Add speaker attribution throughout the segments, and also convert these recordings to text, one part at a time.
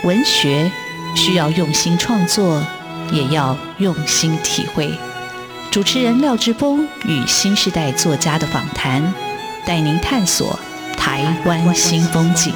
Speaker 1: 文学需要用心创作，也要用心体会。主持人廖志峰与新时代作家的访谈，带您探索台湾新风景。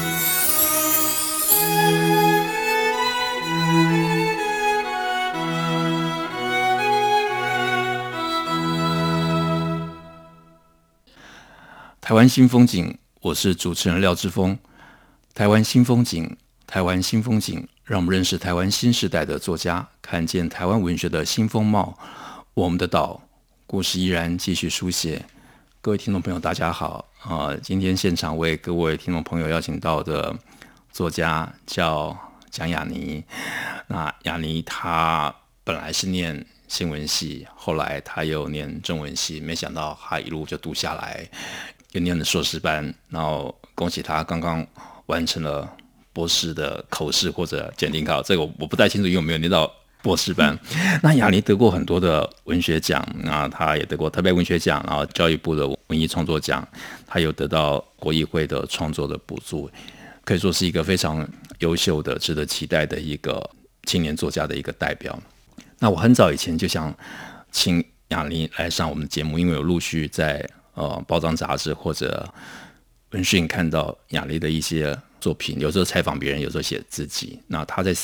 Speaker 2: 台湾新风景，我是主持人廖志峰。台湾新风景，台湾新风景，让我们认识台湾新时代的作家，看见台湾文学的新风貌。我们的岛，故事依然继续书写。各位听众朋友，大家好今天现场为各位听众朋友邀请到的作家叫蒋雅妮。那雅妮她本来是念新闻系，后来她又念中文系，没想到她一路就读下来，又念了硕士班，然后恭喜她刚刚完成了博士的口试或者检定考，这个我不太清楚，因为我没有念到博士班。那雅妮得过很多的文学奖，那她也得过台北文学奖，然后教育部的文艺创作奖，她有得到国艺会的创作的补助，可以说是一个非常优秀的、值得期待的一个青年作家的一个代表。那我很早以前就想请雅妮来上我们的节目，因为我陆续在报章杂志或者文讯看到雅妮的一些作品，有时候采访别人，有时候写自己。那他在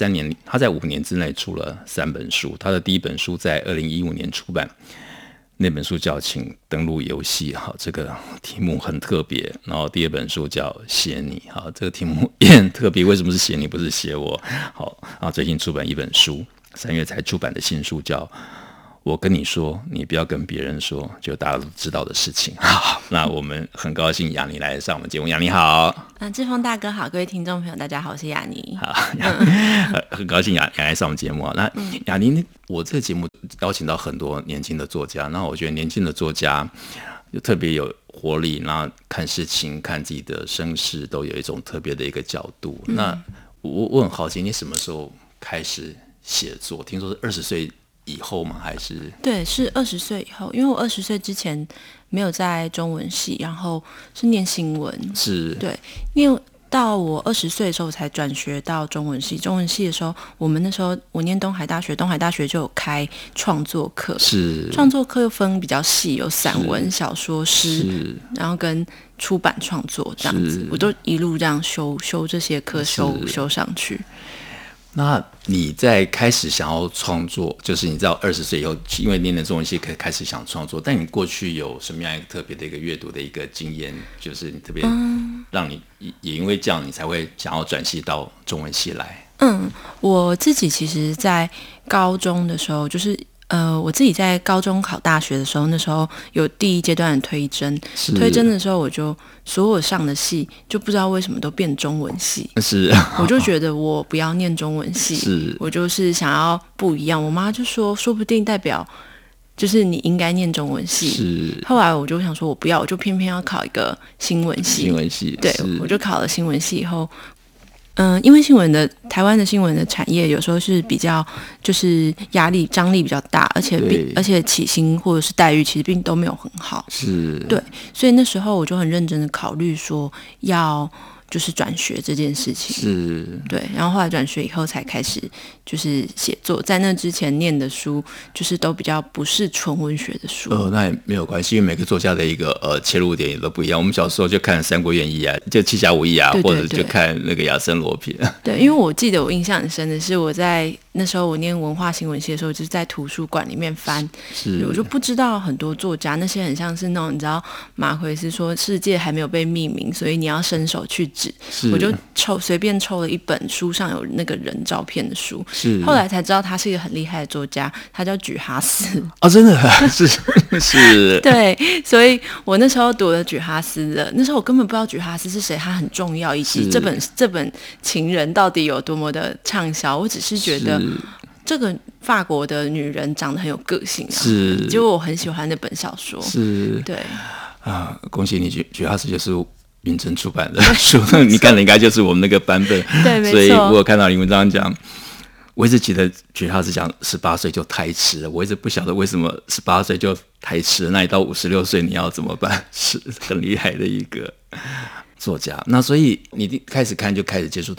Speaker 2: 5年之内出了3本书，他的第一本书在2015年出版，那本书叫《请登录游戏》，这个题目很特别。然后第二本书叫《写你》，这个题目也很特别，为什么是写你不是写我？最近出版一本书，3月才出版的新书叫我跟你说，你不要跟别人说，就大家都知道的事情。好，那我们很高兴雅妮来上我们节目。雅妮好。
Speaker 3: 志峰大哥好，各位听众朋友大家好，我是雅妮。
Speaker 2: 好，很高兴雅妮来上我们节目。那雅妮，我这个节目邀请到很多年轻的作家，那我觉得年轻的作家就特别有活力，然后看事情、看自己的身世都有一种特别的一个角度。那我很好奇，你什么时候开始写作？听说是20岁以后吗？还是？
Speaker 3: 对，是20岁以后，因为我20岁之前没有在中文系，然后是念新闻，
Speaker 2: 是
Speaker 3: 对，念到我20岁的时候才转学到中文系。中文系的时候，我们那时候我念东海大学，东海大学就有开创作课，
Speaker 2: 是
Speaker 3: 创作课又分比较细，有散文、小说、诗，然后跟出版创作这样子，我都一路这样修这些课，修上去。
Speaker 2: 那你在开始想要创作，就是你知道20岁以后，因为念了中文系可以开始想创作，但你过去有什么样一个特别的一个阅读的一个经验，就是你特别让你也因为这样你才会想要转系到中文系来？
Speaker 3: 我自己其实在高中的时候，就是我自己在高中考大学的时候，那时候有第一阶段的推甄的时候，我就所有上的系就不知道为什么都变中文系，
Speaker 2: 是，
Speaker 3: 我就觉得我不要念中文系，
Speaker 2: 是，
Speaker 3: 我就是想要不一样。我妈就说不定代表就是你应该念中文系，
Speaker 2: 是。
Speaker 3: 后来我就想说我不要，我就偏偏要考一个新闻系，对，我就考了新闻系以后。因为台湾的新闻的产业有时候是比较就是压力张力比较大，而且起薪或者是待遇其实并都没有很好，
Speaker 2: 是，
Speaker 3: 对，所以那时候我就很认真的考虑说要就是转学这件事情，
Speaker 2: 是，
Speaker 3: 对，然后后来转学以后才开始就是写作，在那之前念的书就是都比较不是纯文学的书。
Speaker 2: 那也没有关系，因为每个作家的一个切入点也都不一样。我们小时候就看《三国演义》啊，就《七侠五义》啊，或者就看那个《亚森罗平》。
Speaker 3: 对，因为我记得我印象很深的是，我在那时候我念文化新闻系的时候，就是在图书馆里面翻，我就不知道很多作家那些很像是那种你知道马奎斯说世界还没有被命名，所以你要伸手去指，我就随便抽了一本书上有那个人照片的书，后来才知道他是一个很厉害的作家，他叫举哈斯。
Speaker 2: 真的是
Speaker 3: 对，所以我那时候读了举哈斯的，那时候我根本不知道举哈斯是谁，他很重要，以及这本情人到底有多么的畅销，我只是觉得这个法国的女人长得很有个性结果我很喜欢那本小说，对
Speaker 2: 恭喜你，举哈斯就是云城出版的书，你看的应该就是我们那个版本，
Speaker 3: 对，没错。
Speaker 2: 所以我有看到你文章讲，我一直记得举哈斯讲18岁就太迟了，我一直不晓得为什么18岁就太迟了，那你到56岁你要怎么办？是很厉害的一个作家。那所以你开始看就开始接触到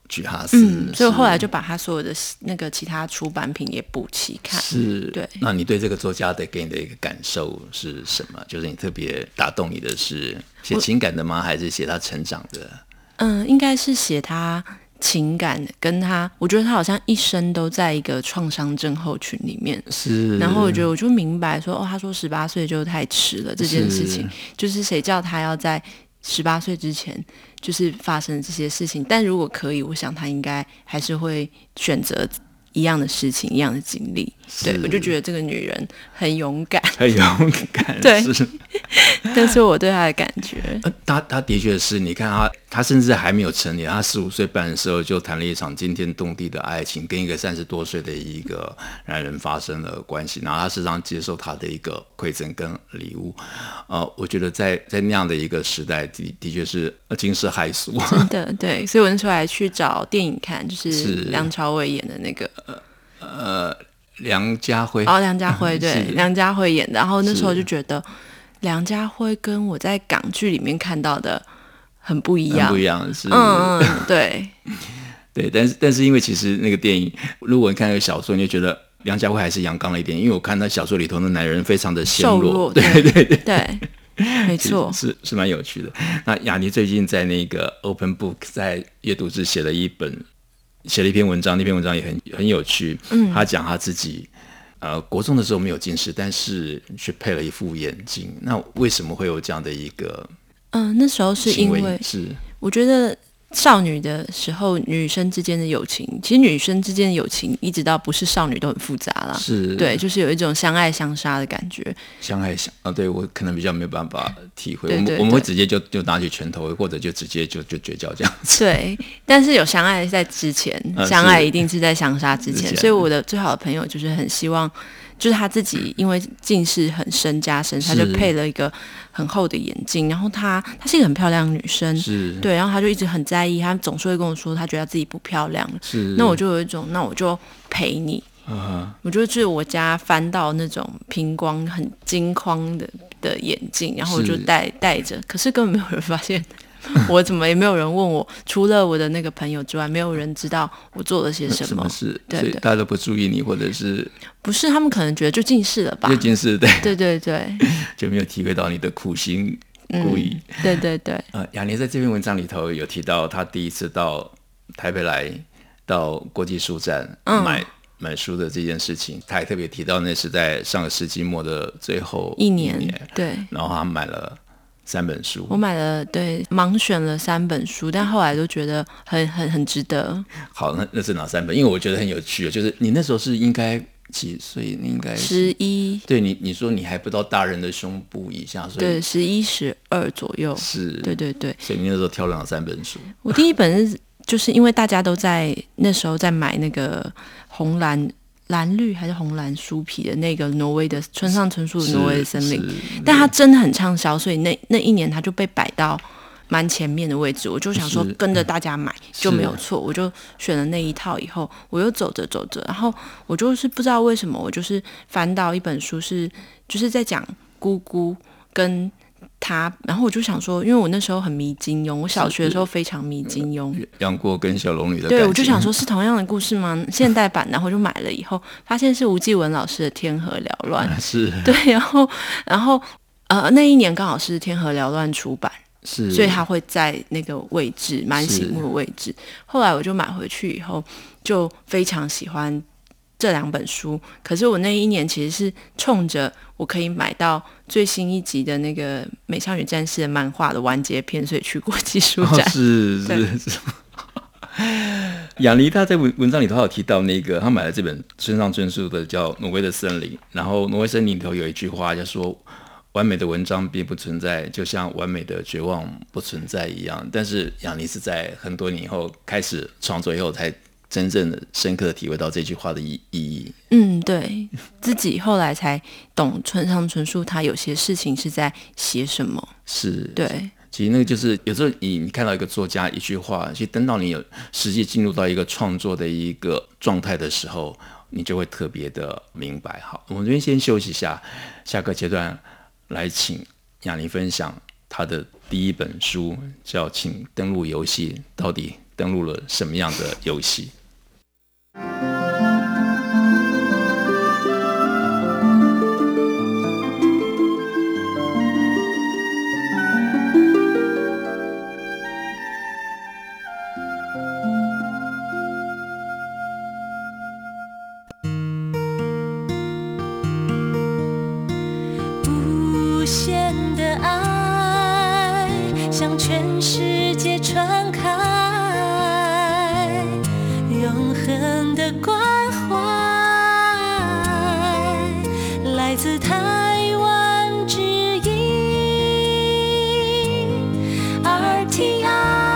Speaker 2: 举哈斯，
Speaker 3: 所以我后来就把他所有的那个其他出版品也补齐看。
Speaker 2: 是，
Speaker 3: 对。
Speaker 2: 那你对这个作家的给你的一个感受是什么？就是你特别打动你的是写情感的吗？还是写他成长的？
Speaker 3: 应该是写他情感，跟他，我觉得他好像一生都在一个创伤症候群里面。
Speaker 2: 是，
Speaker 3: 然后我觉得我就明白说，他说18岁就太迟了这件事情，就是谁叫他要在18岁之前就是发生这些事情，但如果可以，我想他应该还是会选择一样的事情，一样的经历。对，我就觉得这个女人很勇敢，
Speaker 2: 很勇敢。
Speaker 3: 对，
Speaker 2: 是
Speaker 3: 但是我对她的感觉，
Speaker 2: 她的确是，你看她甚至还没有成年，她15岁半的时候就谈了一场惊天动地的爱情，跟一个30多岁的一个男人发生了关系，然后她时常接受他的一个馈赠跟礼物。我觉得在那样的一个时代，的确是惊世骇俗，
Speaker 3: 真的。对，所以我那时候还去找电影看，就是梁朝伟演的那个
Speaker 2: 梁家辉。
Speaker 3: 梁家辉，对，梁家辉演的。然后那时候就觉得梁家辉跟我在港剧里面看到的很不一样，
Speaker 2: 很不一样，是，
Speaker 3: 对
Speaker 2: 对。但是因为其实那个电影，如果你看那个小说，你就觉得梁家辉还是阳刚了一点，因为我看他小说里头的男人非常的纤弱，
Speaker 3: 对，没错，
Speaker 2: 是蛮有趣的。那雅妮最近在那个 Open Book 在阅读志写了一篇文章，那篇文章也很有趣。他讲他自己国中的时候没有近视，但是却配了一副眼镜。那为什么会有这样的一个
Speaker 3: 那时候是因为我觉得少女的时候，女生之间的友情，其实女生之间的友情一直到不是少女都很复杂啦。
Speaker 2: 是，对，
Speaker 3: 就是有一种相爱相杀的感觉。
Speaker 2: 相爱对，我可能比较没有办法体会。
Speaker 3: 对，
Speaker 2: 我们会直接就拿起拳头，或者就直接就绝交这样子。
Speaker 3: 对，但是有相爱在之前，相爱一定是在相杀之前。所以我的最好的朋友就是很希望，就是他自己因为近视很深加深，他就配了一个很厚的眼镜，然后她是一个很漂亮的女生，对，然后她就一直很在意，她总是会跟我说她觉得自己不漂亮了，那我就有一种，那我就陪你，我就去我家翻到那种平光很金框的眼镜，然后我就戴着，可是根本没有人发现我怎么也没有人问我，除了我的那个朋友之外，没有人知道我做了些什么
Speaker 2: 事，
Speaker 3: 对，
Speaker 2: 所以大家都不注意你，或者是
Speaker 3: 不是他们可能觉得就近视了吧？
Speaker 2: 就近视，
Speaker 3: 对，
Speaker 2: 就没有体会到你的苦心故意。
Speaker 3: 对。
Speaker 2: 雅妮在这篇文章里头有提到，她第一次到台北来，到国际书展买书的这件事情，她也特别提到那是在上个世纪末的最后一年，
Speaker 3: 对。
Speaker 2: 然后她买了3本书，
Speaker 3: 我买了，对，盲选了3本书，但后来都觉得很值得。
Speaker 2: 好，那是哪3本？因为我觉得很有趣，就是你那时候是应该几岁？你应该
Speaker 3: 11。对，
Speaker 2: 你说你还不到大人的胸部以下，所以
Speaker 3: 对11、12左右。
Speaker 2: 是，
Speaker 3: 对。
Speaker 2: 所以你那时候挑了哪3本书？
Speaker 3: 我第一本就是因为大家都在那时候在买那个红蓝绿还是红蓝书皮的那个挪威的村上春树的挪威的森林，但它真的很畅销，所以那一年它就被摆到蛮前面的位置。我就想说跟着大家买就没有错，我就选了那一套。以后我又走着，然后我就是不知道为什么，我就是翻到一本书就是在讲姑姑跟他，然后我就想说，因为我那时候很迷金庸，我小学的时候非常迷金庸，
Speaker 2: 杨过跟小龙女的感情，
Speaker 3: 对，我就想说是同样的故事吗？现代版，然后就买了以后，发现是吴继文老师的《天河缭乱》，
Speaker 2: 是，
Speaker 3: 对，然后那一年刚好是《天河缭乱》出版，
Speaker 2: 是，
Speaker 3: 所以他会在那个位置，蛮醒目的位置。后来我就买回去以后，就非常喜欢这2本书，可是我那一年其实是冲着我可以买到最新一集的那个《美少女战士》的漫画的完结篇，所以去国际书展。
Speaker 2: 是。雅妮她在文章里头有提到那个，她买了这本村上春树的叫《挪威的森林》，然后《挪威森林》里头有一句话，就说完美的文章并不存在，就像完美的绝望不存在一样。但是雅妮是在很多年以后开始创作以后才真正的深刻的体会到这句话的意义。
Speaker 3: 对，自己后来才懂村上春树他有些事情是在写什么。
Speaker 2: 是，
Speaker 3: 对。
Speaker 2: 其实那个就是有时候你看到一个作家一句话，其实等到你有实际进入到一个创作的一个状态的时候，你就会特别的明白。好，我们这边先休息一下，下个阶段来请雅妮分享她的第一本书，叫《请登录游戏》，到底登录了什么样的游戏？
Speaker 4: 无限的爱向全世界传开，永恒的关怀来自台湾之音 RTI。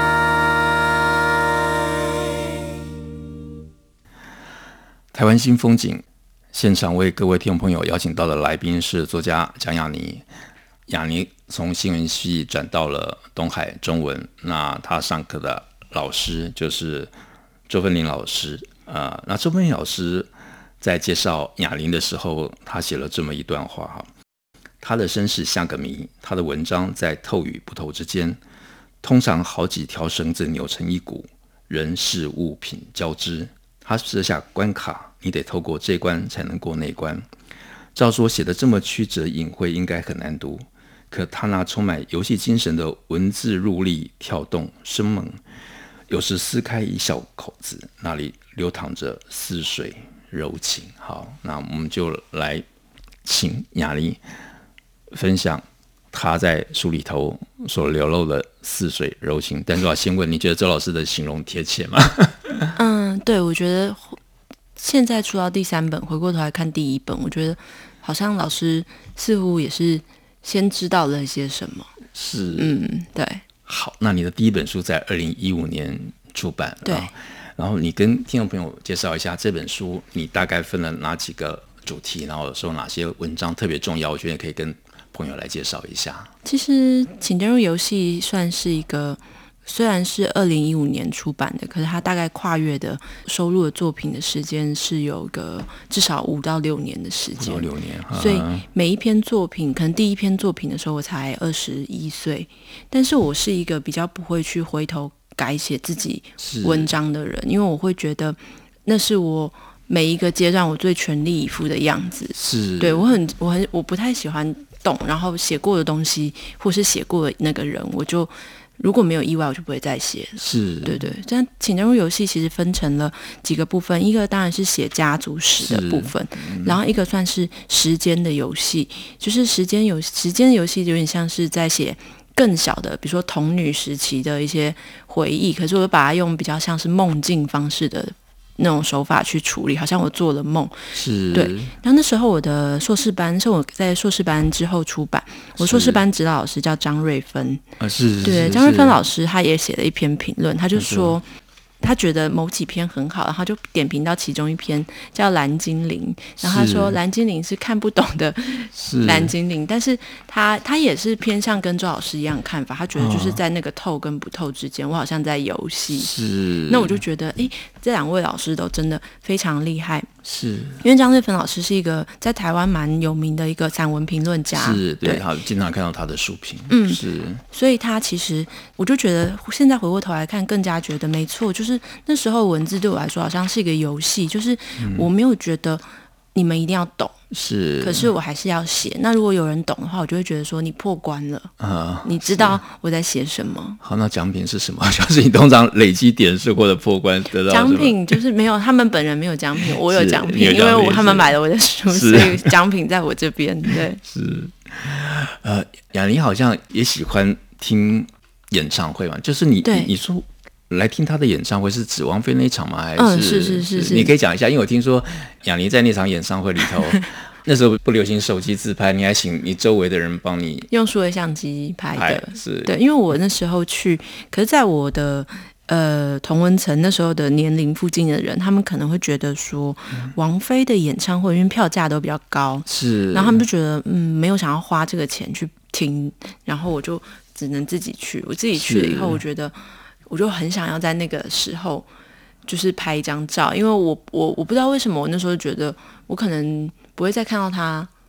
Speaker 2: 台湾新风景现场为各位听众朋友邀请到的来宾是作家蒋雅妮。雅妮从新闻系转到了东海中文，那她上课的老师就是周芬玲老师。那周芬玲老师在介绍雅妮的时候，他写了这么一段话哈：她的身世像个谜，她的文章在透与不透之间，通常好几条绳子扭成一股，人事物品交织。她设下关卡，你得透过这关才能过那关。照说写得这么曲折隐晦，应该很难读。可他那充满游戏精神的文字入力跳动生猛，有时撕开一小口子，那里流淌着似水柔情。好，那我们就来请雅妮分享他在书里头所流露的似水柔情。但是我要先问，你觉得周老师的形容贴切吗？
Speaker 3: 对，我觉得现在出到第3本，回过头来看第1本，我觉得好像老师似乎也是先知道了一些什么。
Speaker 2: 是，
Speaker 3: 对。
Speaker 2: 好，那你的第1本书在2015年出版，
Speaker 3: 对。
Speaker 2: 然后你跟听众朋友介绍一下这本书，你大概分了哪几个主题，然后说哪些文章特别重要，我觉得也可以跟朋友来介绍一下。
Speaker 3: 其实请登入游戏算是一个，虽然是2015年出版的，可是它大概跨越的收录的作品的时间是有个至少5到6年的时间。5到6年，所以每一篇作品，可能第一篇作品的时候我才21岁，但是我是一个比较不会去回头改写自己文章的人，因为我会觉得那是我每一个阶段我最全力以赴的样子。
Speaker 2: 是，对，
Speaker 3: 我不太喜欢动，然后写过的东西或是写过的那个人，我就如果没有意外，我就不会再写了。
Speaker 2: 是，
Speaker 3: 对对。这样，请登入游戏其实分成了几个部分，一个当然是写家族史的部分，然后一个算是时间的游戏，就是时间的游戏有点像是在写更小的，比如说童女时期的一些回忆，可是我把它用比较像是梦境方式的那种手法去处理，好像我做了梦。
Speaker 2: 是，
Speaker 3: 对。然后那时候我的硕士班是我在硕士班之后出版，我硕士班指导老师叫张瑞芬，对，张瑞芬老师他也写了一篇评论，他就说他觉得某几篇很好，然后就点评到其中一篇叫蓝精灵，然后他说蓝精灵是看不懂的蓝精灵，但是他也是偏向跟周老师一样的看法，他觉得就是在那个透跟不透之间，我好像在游戏。是，那我就觉得这2位老师都真的非常厉害。是，因为张瑞芬老师是一个在台湾蛮有名的一个散文评论家，
Speaker 2: 是，对，他经常看到他的书评，是，
Speaker 3: 所以他其实我就觉得现在回过头来看，更加觉得没错，就是那时候文字对我来说好像是一个游戏，就是我没有觉得你们一定要懂，是，可是我还是要写。那如果有人懂的话，我就会觉得说你破关了，你知道我在写什么。
Speaker 2: 好，那奖品是什么？就是你通常累积点数或者破关得到
Speaker 3: 奖品，就是没有，他们本人没有奖品，我有奖品，因为他们买了我的书，所以奖品在我这边。对，
Speaker 2: 是。雅妮好像也喜欢听演唱会嘛，就是你说来听他的演唱会是指王菲那一场吗？还是？是。你可以讲一下，因为我听说雅妮在那场演唱会里头，那时候不流行手机自拍，你还请你周围的人帮你
Speaker 3: 用数位相机拍的。是，对，因为我那时候去，可是在我的同温层那时候的年龄附近的人，他们可能会觉得说，王菲的演唱会因为票价都比较高，是，然后他们就觉得没有想要花这个钱去听，然后我就只能自己去。我自己去了以后，我觉得我就很想要在那个时候就是拍一张照，因为我不知道为什么我那时候觉得我可能不会再看到他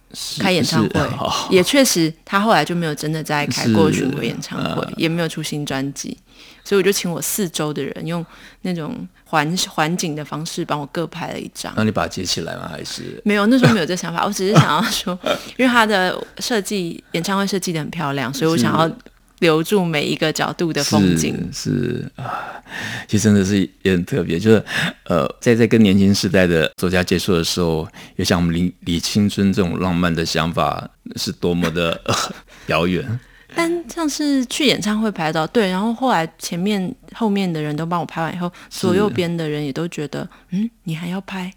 Speaker 3: 开演唱会，也确实他后来就没有真的再开过巡回演唱会，也没有出新专辑，所以我就请我4周的人用那种环景的方式帮我各拍了一张。
Speaker 2: 那你把它接起来吗？还是没
Speaker 3: 有？那时候没有这想法，我只是想要说，因为他的演唱会设计的很漂亮，所以我想要留住每一个角度的风景。
Speaker 2: 是啊，其实真的是也很特别，就是在跟年轻时代的作家接触的时候，也像我们李青春这种浪漫的想法是多么的遥远。
Speaker 3: 但像是去演唱会拍到对，然后后来后面的人都帮我拍完以后，左右边的人也都觉得你还要拍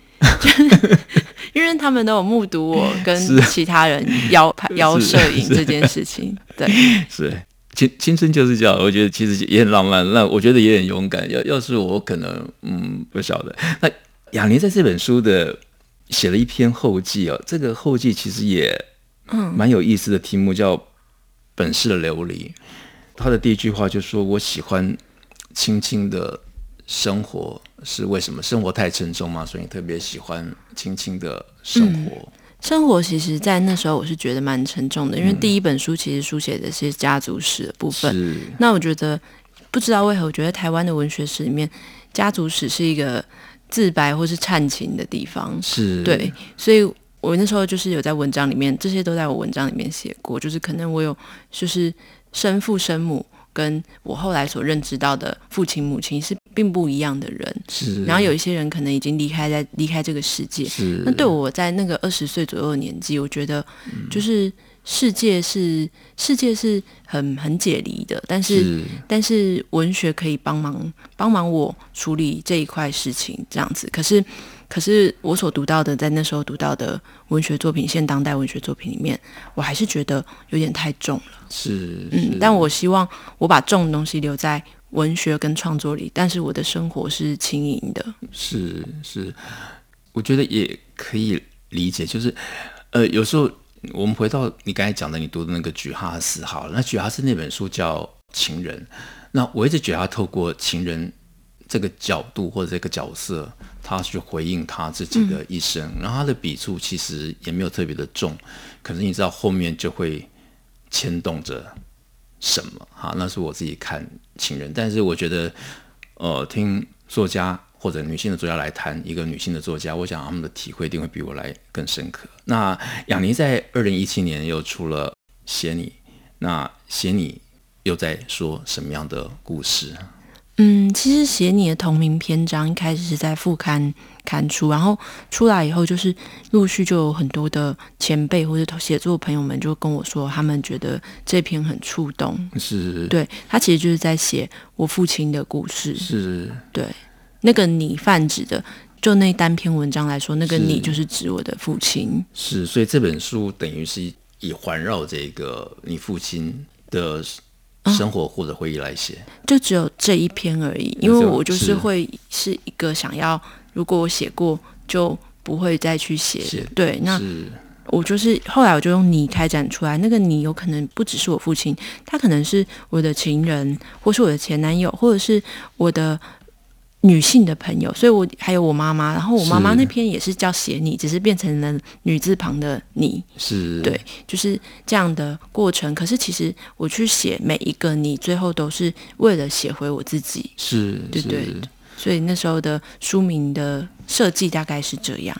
Speaker 3: 因为他们都有目睹我跟其他人邀摄影这件事情。对，
Speaker 2: 是青春就是这样，我觉得其实也很浪漫，那我觉得也很勇敢。要是我可能不晓得。那雅妮在这本书的写了一篇后记哦，这个后记其实也蛮有意思的，题目叫本是流离。他的第一句话就说：“我喜欢轻轻的生活，是为什么？生活太沉重嘛，所以你特别喜欢轻轻的生活。”
Speaker 3: 生活其实在那时候我是觉得蛮沉重的，因为第一本书其实书写的是家族史的部分。那我觉得不知道为何，我觉得台湾的文学史里面，家族史是一个自白或是煽情的地方。
Speaker 2: 是，
Speaker 3: 对，所以我那时候就是有在文章里面，这些都在我文章里面写过，就是可能我有就是生父生母跟我后来所认知到的父亲母亲是并不一样的人。
Speaker 2: 是，
Speaker 3: 然后有一些人可能已经离开这个世界。
Speaker 2: 是，
Speaker 3: 那对我在那个20岁左右的年纪，我觉得就是世界是很解离的，但是文学可以帮忙我处理这一块事情，这样子。可是我所读到的，在那时候读到的文学作品，现当代文学作品里面，我还是觉得有点太重了。
Speaker 2: 是，
Speaker 3: 但我希望我把重的东西留在文学跟创作里，但是我的生活是轻盈的。
Speaker 2: 是，我觉得也可以理解，就是有时候我们回到你刚才讲的，你读的那个举哈斯好了，那举哈斯那本书叫《情人》，那我一直觉得他透过情人这个角度或者这个角色，他去回应他自己的一生，然后他的笔触其实也没有特别的重，可是你知道后面就会牵动着什么哈？那是我自己看情人，但是我觉得听作家或者女性的作家来谈一个女性的作家，我想他们的体会一定会比我来更深刻。那雅妮在2017年又出了《写你》，那写你又在说什么样的故事？
Speaker 3: 其实写你的同名篇章一开始是在副刊刊出，然后出来以后就是陆续就有很多的前辈或者写作朋友们就跟我说，他们觉得这篇很触动。
Speaker 2: 是，
Speaker 3: 对，他其实就是在写我父亲的故事。
Speaker 2: 是，
Speaker 3: 对，那个你泛指的，就那单篇文章来说，那个你就是指我的父亲。
Speaker 2: 是，所以这本书等于是以环绕这个你父亲的生活或者回忆来写，
Speaker 3: 就只有这一篇而已。因为我就是会是一个想要，如果我写过就不会再去写。对，那我就是后来我就用你开展出来，那个你有可能不只是我父亲，他可能是我的情人，或是我的前男友，或者是我的女性的朋友，所以我还有我妈妈，然后我妈妈那篇也是叫写你，只是变成了女字旁的你。
Speaker 2: 是，对，
Speaker 3: 就是这样的过程。可是其实我去写每一个你，最后都是为了写回我自己。
Speaker 2: 是，
Speaker 3: 对对。所以那时候的书名的设计大概是这样。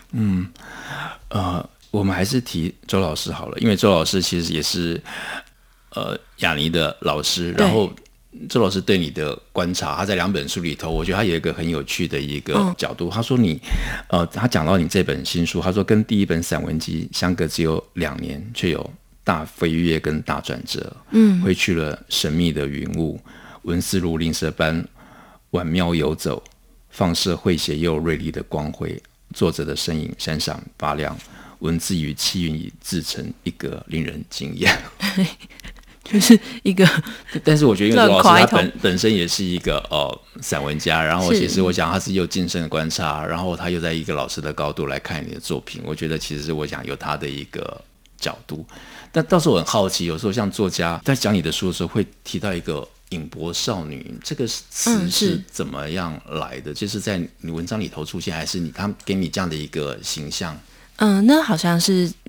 Speaker 2: 我们还是提周老师好了，因为周老师其实也是雅妮的老师，然后周老师对你的观察，他在2本书里头，我觉得他有一个很有趣的一个角度。他说他讲到你这本新书，他说跟第一本散文集相隔只有2年，却有大飞跃跟大转折。挥去了神秘的云雾，文思如灵蛇般婉妙游走，放射诙谐又锐利的光辉。作者的身影闪闪发亮，文字与气韵已自成一个令人惊艳。
Speaker 3: 就是一个，
Speaker 2: 但是我觉得因为周老师他本身也是一个散文家，然后其实我想他是又谨慎的观察，然后他又在一个老师的高度来看你的作品，我觉得其实是我想有他的一个角度。但倒是我很好奇，有时候像作家在讲你的书的时候会提到一个影泊少女，这个词是怎么样来的？就是在你文章里头出现，还是他给你这样的一个形象？
Speaker 3: 那好像是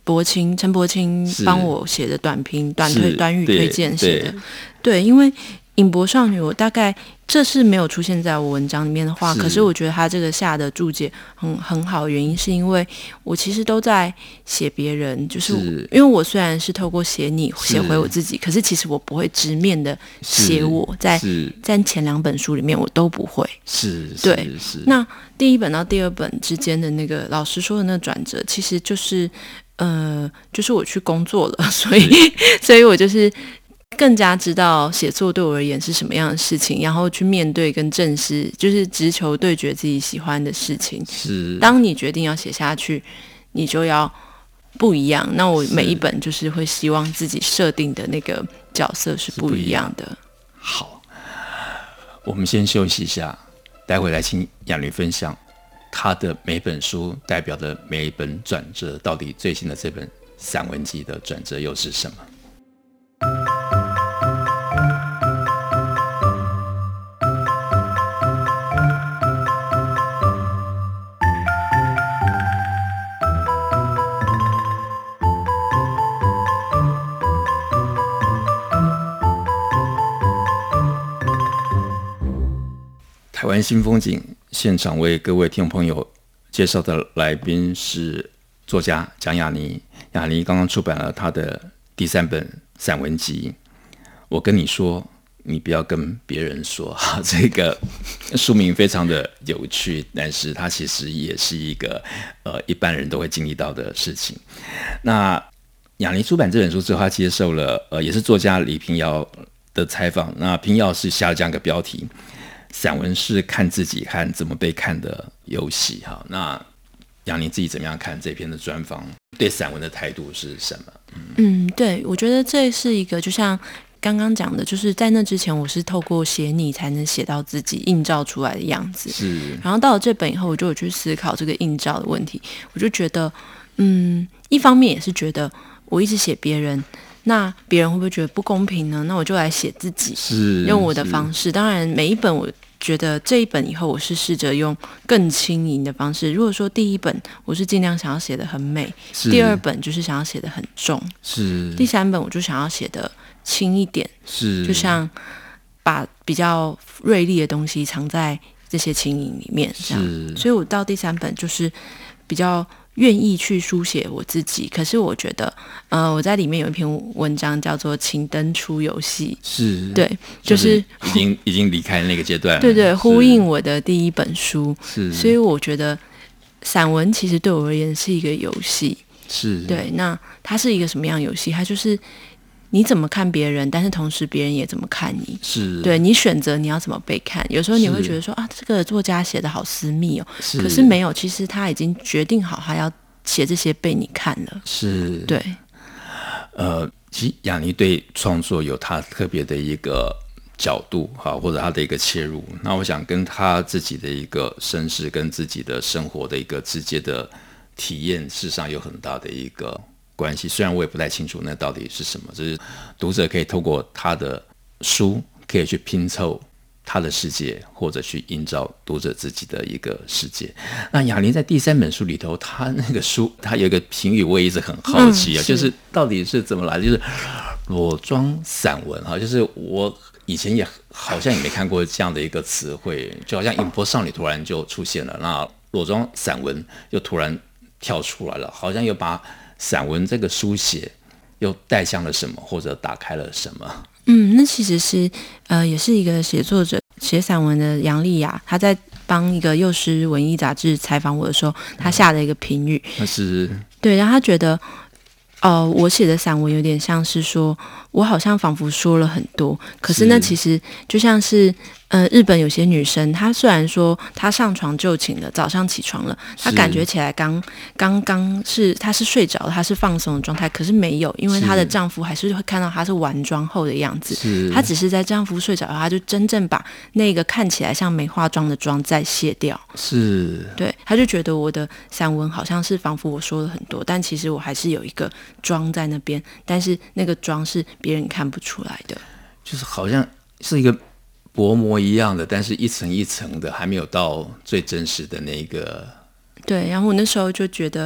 Speaker 3: 陈柏青帮我写的短语推荐写的。对，因为影博少女我大概这是没有出现在我文章里面的话，可是我觉得他这个下的注解很好的原因是因为我其实都在写别人，就是因为我虽然是透过写你写回我自己，可是其实我不会直面的写我，在前2本书里面我都不会。对。那第1本到第2本之间的那个老师说的那个转折，其实就是我去工作了，所以我就是更加知道写作对我而言是什么样的事情，然后去面对跟正视，就是直球对决自己喜欢的事情。当你决定要写下去，你就要不一样。那我每一本就是会希望自己设定的那个角色是不一样的。
Speaker 2: 好，我们先休息一下，待会来请雅玲分享她的每本书代表的每一本转折，到底最新的这本散文集的转折又是什么？台湾新风景现场为各位听众朋友介绍的来宾是作家蒋雅妮。雅妮刚刚出版了她的第3本散文集。我跟你说，你不要跟别人说。这个书名非常的有趣，但是它其实也是一个一般人都会经历到的事情。那雅妮出版这本书之后，她接受了也是作家李屏瑶的采访。那屏瑶是下了这样一个标题：散文是看自己和怎么被看的游戏。好，那雅妮自己怎么样看这篇的专访？对散文的态度是什么？
Speaker 3: 对，我觉得这是一个就像刚刚讲的，就是在那之前我是透过写你才能写到自己映照出来的样子。然后到了这本以后，我就有去思考这个映照的问题。我就觉得一方面也是觉得我一直写别人，那别人会不会觉得不公平呢？那我就来写自己，用我的方式。当然每一本我觉得这一本以后我是试着用更轻盈的方式。如果说第1本我是尽量想要写得很美，第2本就是想要写得很重，第3本我就想要写得轻一点，就像把比较锐利的东西藏在这些轻盈里面这样。所以我到第3本就是比较愿意去书写我自己。可是我觉得我在里面有一篇文章叫做请登出游戏，对，就是
Speaker 2: 已经离开那个阶段了，
Speaker 3: 对，呼应我的第1本书。所以我觉得散文其实对我而言是一个游戏。对，那它是一个什么样的游戏？它就是你怎么看别人，但是同时别人也怎么看你。对，你选择你要怎么被看。有时候你会觉得说这个作家写的好私密哦，可是没有，其实他已经决定好他要写这些被你看了。对。
Speaker 2: 其实雅妮对创作有她特别的一个角度或者她的一个切入。那我想跟她自己的一个身世跟自己的生活的一个直接的体验，事实上有很大的一个关系。虽然我也不太清楚那到底是什么，就是读者可以透过他的书可以去拼凑他的世界，或者去映照读者自己的一个世界。那雅妮在第3本书里头，他那个书他有一个评语我也一直很好奇就是到底是怎么来的，就是裸装散文就是我以前也好像也没看过这样的一个词汇，就好像影波少女突然就出现了，那裸装散文又突然跳出来了，好像又把散文这个书写又带向了什么，或者打开了什么。
Speaker 3: 那其实是也是一个写作者写散文的杨丽雅，她在帮一个幼师文艺杂志采访我的时候，她下的一个评语对，然后她觉得我写的散文有点像是说我好像仿佛说了很多，可是那其实就像是日本有些女生，她虽然说她上床就寝了，早上起床了，她感觉起来刚是她是睡着，她是放松的状态，可是没有，因为她的丈夫还是会看到她是完妆后的样子，她只是在丈夫睡着后，她就真正把那个看起来像没化妆的妆再卸掉。对，她就觉得我的散文好像是仿佛我说了很多，但其实我还是有一个妆在那边，但是那个妆是别人看不出来的，
Speaker 2: 就是好像是一个薄膜一样的，但是一层一层的，还没有到最真实的那个。
Speaker 3: 对，然后我那时候就觉得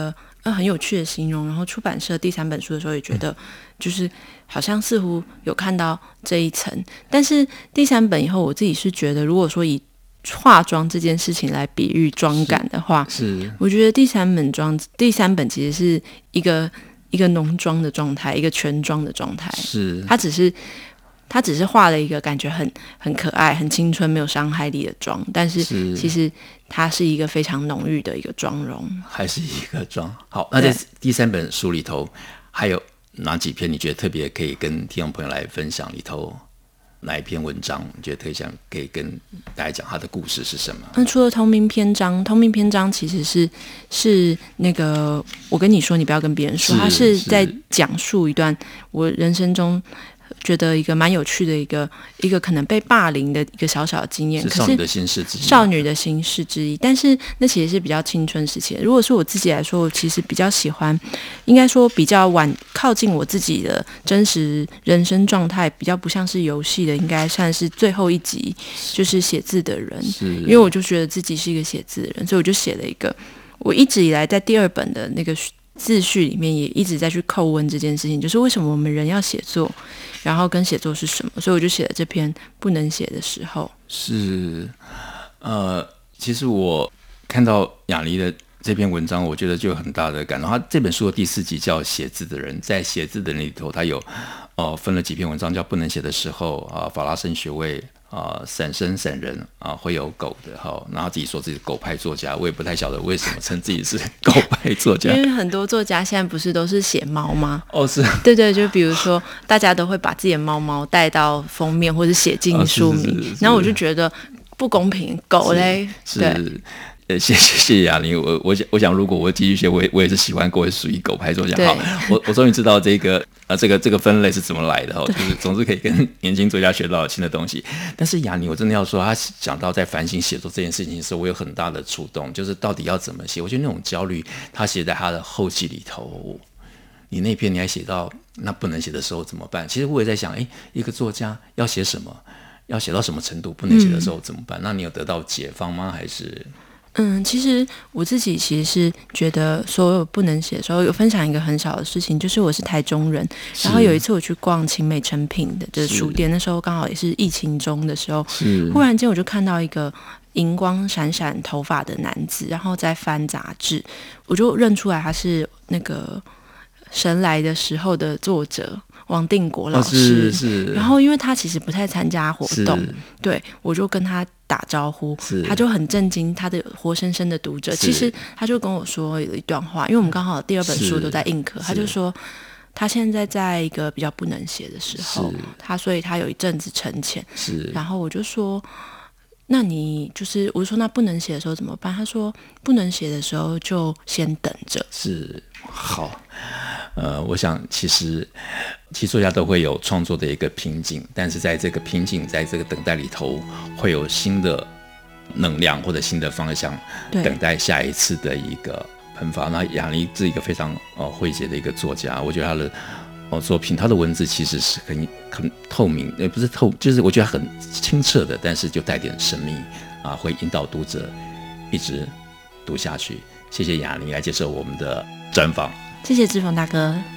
Speaker 3: 很有趣的形容，然后出版社第3本书的时候也觉得，就是好像似乎有看到这一层。但是第3本以后，我自己是觉得，如果说以化妆这件事情来比喻妆感的话，
Speaker 2: 是
Speaker 3: 我觉得第三本其实是一个浓妆的状态，一个全妆的状态。
Speaker 2: 是，
Speaker 3: 它只是画了一个感觉很可爱、很青春、没有伤害力的妆，但是其实它是一个非常浓郁的一个妆容，
Speaker 2: 还是一个妆。好，那在第3本书里头，还有哪几篇你觉得特别可以跟听众朋友来分享？里头哪一篇文章你觉得特别想可以跟大家讲它的故事是什么？
Speaker 3: 那除了同名篇章其实是那个我跟你说你不要跟别人说，它是在讲述一段我人生中觉得一个蛮有趣的一个可能被霸凌的一个小小的经验，
Speaker 2: 是少女的心事之一。
Speaker 3: 少女的心事之一，但是那其实是比较青春时期的。如果是我自己来说，我其实比较喜欢，应该说比较晚靠近我自己的真实人生状态，比较不像是游戏的，应该算是最后一集，就是写字的人。因为我就觉得自己是一个写字的人，所以我就写了一个。我一直以来在第2本的那个自序里面也一直在去叩问这件事情，就是为什么我们人要写作，然后跟写作是什么，所以我就写了这篇不能写的时候。
Speaker 2: 是，其实我看到雅妮的这篇文章，我觉得就有很大的感动。他这本书的第4集叫《写字的人》，在写字的人里头，他有分了几篇文章，叫不能写的时候法拉盛学位散生散人会有狗的然后自己说自己是狗派作家，我也不太晓得为什么称自己是狗派作家。
Speaker 3: 因为很多作家现在不是都是写猫吗？
Speaker 2: 是，
Speaker 3: 对，就比如说大家都会把自己的猫带到封面或者写进书名，然后我就觉得不公平，狗嘞，对。
Speaker 2: 谢谢雅妮，我想如果我继续写，我也是喜欢狗，也属于狗派作家。好，我终于知道这个分类是怎么来的就是总是可以跟年轻作家学到新的东西。但是雅妮，我真的要说，他讲到在反省写作这件事情的时候，我有很大的触动，就是到底要怎么写。我觉得那种焦虑，他写在他的后记里头。你那篇你还写到那不能写的时候怎么办？其实我也在想，一个作家要写什么，要写到什么程度，不能写的时候怎么办？那你有得到解方吗？还是？
Speaker 3: 其实我自己其实是觉得所有不能写的时候，有分享一个很小的事情，就是我是台中人，然后有一次我去逛勤美诚品的这书店，那时候刚好也是疫情中的时候，忽然间我就看到一个荧光闪闪头发的男子，然后在翻杂志，我就认出来他是那个神来的时候的作者王定国老师，然后因为他其实不太参加活动，对，我就跟他打招呼，他就很震惊，他的活生生的读者，其实他就跟我说有一段话，因为我们刚好第2本书都在印刻，他就说他现在在一个比较不能写的时候，所以他有一阵子沉潜，然后我就说那你就是我就说那不能写的时候怎么办？他说不能写的时候就先等着。
Speaker 2: 是，好。我想其实作家都会有创作的一个瓶颈，但是在这个瓶颈，在这个等待里头，会有新的能量或者新的方向，等待下一次的一个喷发。那雅妮是一个非常诙谐的一个作家，我觉得他的作品，他的文字其实是很透明，也不是就是我觉得很清澈的，但是就带点神秘会引导读者一直读下去。谢谢雅妮来接受我们的专访。
Speaker 3: 谢谢志峰大哥。